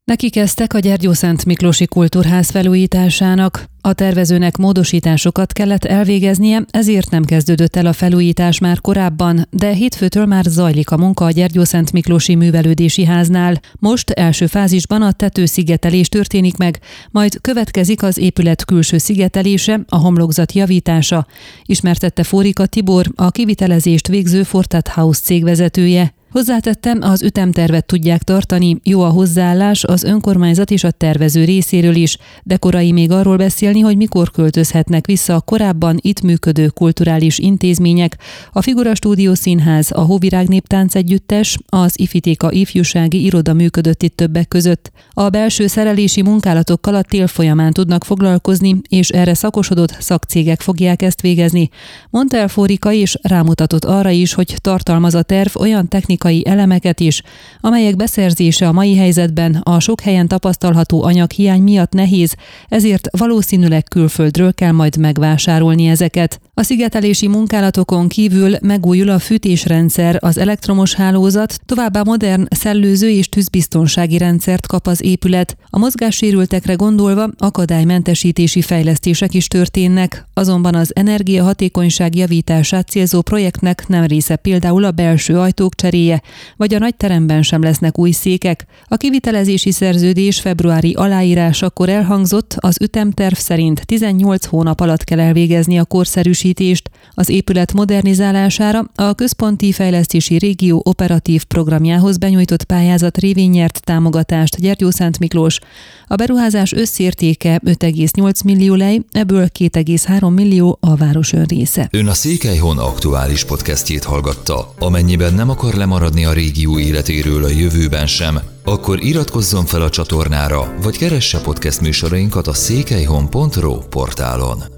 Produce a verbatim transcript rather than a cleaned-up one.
Neki kezdtek a Gyergyószent Miklósi Kultúrház felújításának. A tervezőnek módosításokat kellett elvégeznie, ezért nem kezdődött el a felújítás már korábban, de hétfőtől már zajlik a munka a Gyergyószent Miklósi Művelődési Háznál. Most első fázisban a tetőszigetelés történik meg, majd következik az épület külső szigetelése, a homlokzat javítása, ismertette Fórika Tibor, a kivitelezést végző Fortat House cég vezetője. Hozzátettem, az ütemtervet tudják tartani, jó a hozzáállás az önkormányzat és a tervező részéről is, de korai még arról beszélni, hogy mikor költözhetnek vissza a korábban itt működő kulturális intézmények, a Figura Stúdió Színház, a Hóvirág Néptánc Együttes, az Ifitéka ifjúsági iroda működött itt többek között. A belső szerelési munkálatokkal a tél folyamán tudnak foglalkozni, és erre szakosodott szakcégek fogják ezt végezni, mondta el Fórika, és rámutatott arra is, hogy tartalmaz a terv olyan technikai elemeket is, amelyek beszerzése a mai helyzetben a sok helyen tapasztalható anyaghiány miatt nehéz, ezért valószínűleg külföldről kell majd megvásárolni ezeket. A szigetelési munkálatokon kívül megújul a fűtésrendszer, az elektromos hálózat, továbbá modern szellőző és tűzbiztonsági rendszert kap az épület. A mozgássérültekre gondolva akadálymentesítési fejlesztések is történnek, azonban az energiahatékonyság javítását célzó projektnek nem része például a belső ajtók cseréje, vagy a nagy teremben sem lesznek új székek. A kivitelezési szerződés februári aláírásakor elhangzott, az ütemterv szerint tizennyolc hónap alatt kell elvégezni a korszerűsítést. Az épület modernizálására a Központi Fejlesztési Régió operatív programjához benyújtott pályázat révén nyert támogatást Gyergyószent Miklós. A beruházás összértéke öt egész nyolc millió lej, ebből két egész három millió a város önrésze. Ön a Székelyhon aktuális podcastjét hallgatta. Amennyiben nem akar lemaradni a régió életéről a jövőben sem, akkor iratkozzon fel a csatornára, vagy keresse podcast műsorainkat a székelyhon pont ro portálon.